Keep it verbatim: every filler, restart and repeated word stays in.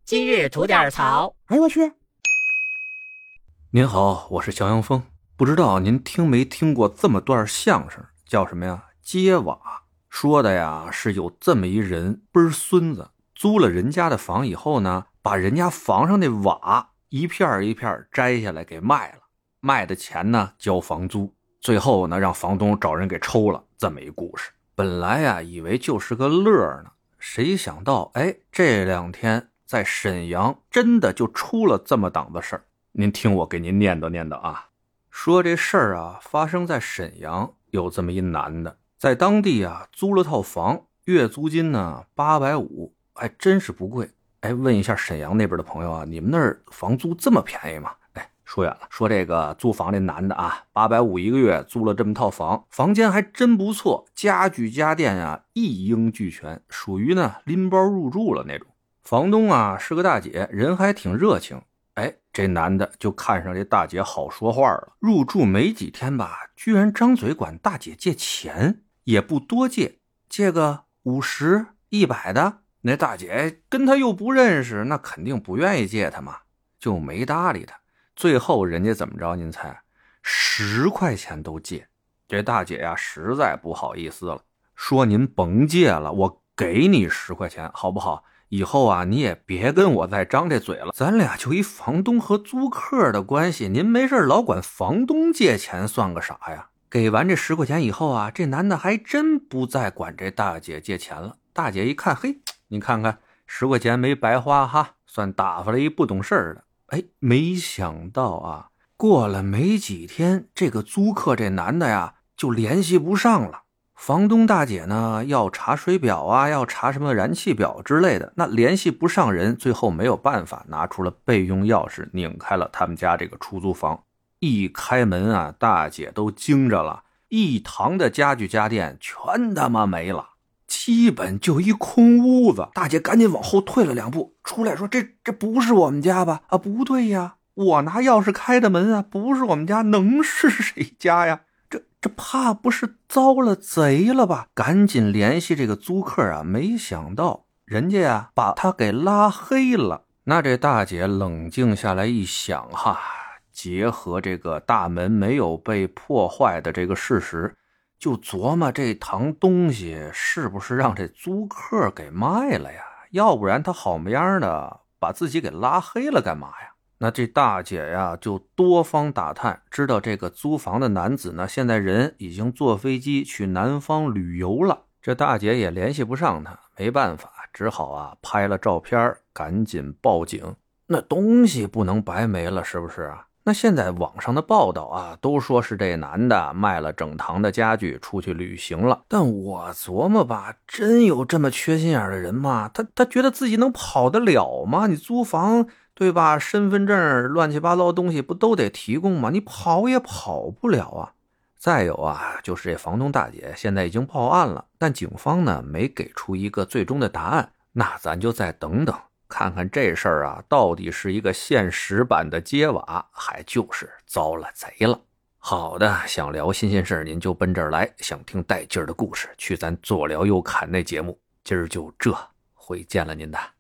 今日吐点槽。 哎我去！ 您好，我是肖阳峰。不知道您听没听过这么段相声，叫什么呀？揭瓦。说的呀是有这么一人，倍儿孙子，租了人家的房以后呢，把人家房上的瓦一片一片摘下来给卖了，卖的钱呢交房租，最后呢让房东找人给抽了，这么一故事。本来呀以为就是个乐呢，谁想到哎这两天在沈阳真的就出了这么档子事儿。您听我给您念叨念叨啊。说这事儿啊发生在沈阳，有这么一男的在当地啊租了套房，月租金呢八百五，还真是不贵。哎，问一下沈阳那边的朋友啊，你们那儿房租这么便宜吗？哎，说远了，说这个租房这男的啊，八百五一个月租了这么套房，房间还真不错，家具家电啊一应俱全，属于呢拎包入住了那种。房东啊是个大姐，人还挺热情。哎，这男的就看上这大姐好说话了，入住没几天吧，居然张嘴管大姐借钱，也不多借，借个五十、一百的。那大姐跟他又不认识，那肯定不愿意借他嘛，就没搭理他。最后人家怎么着？您猜？十块钱都借。这大姐呀，实在不好意思了，说您甭借了，我给你十块钱，好不好？以后啊，你也别跟我再张这嘴了，咱俩就一房东和租客的关系，您没事老管房东借钱算个啥呀？给完这十块钱以后啊，这男的还真不再管这大姐借钱了。大姐一看，嘿，你看看十块钱没白花哈，算打发了一不懂事儿的。哎，没想到啊，过了没几天，这个租客这男的呀就联系不上了。房东大姐呢要查水表啊，要查什么燃气表之类的，那联系不上人，最后没有办法，拿出了备用钥匙拧开了他们家这个出租房。一开门啊，大姐都惊着了，一堂的家具家电全他妈没了，基本就一空屋子。大姐赶紧往后退了两步，出来说这这不是我们家吧？啊，不对呀，我拿钥匙开的门啊，不是我们家，能是谁家呀？这这怕不是遭了贼了吧？赶紧联系这个租客啊，没想到人家呀把他给拉黑了。那这大姐冷静下来一想哈，结合这个大门没有被破坏的这个事实，就琢磨这堂东西是不是让这租客给卖了呀？要不然他好么样的把自己给拉黑了干嘛呀？那这大姐呀就多方打探，知道这个租房的男子呢现在人已经坐飞机去南方旅游了。这大姐也联系不上他，没办法，只好啊拍了照片赶紧报警。那东西不能白没了，是不是啊？那现在网上的报道啊都说是这男的卖了整堂的家具出去旅行了，但我琢磨吧，真有这么缺心眼的人吗？他他觉得自己能跑得了吗？你租房对吧，身份证乱七八糟的东西不都得提供吗？你跑也跑不了啊。再有啊，就是这房东大姐现在已经报案了，但警方呢没给出一个最终的答案，那咱就再等等，看看这事儿啊到底是一个现实版的揭瓦，还就是遭了贼了。好的，想聊新鲜事您就奔这儿来，想听带劲儿的故事去咱左聊右侃那节目。今儿就这，回见了您的。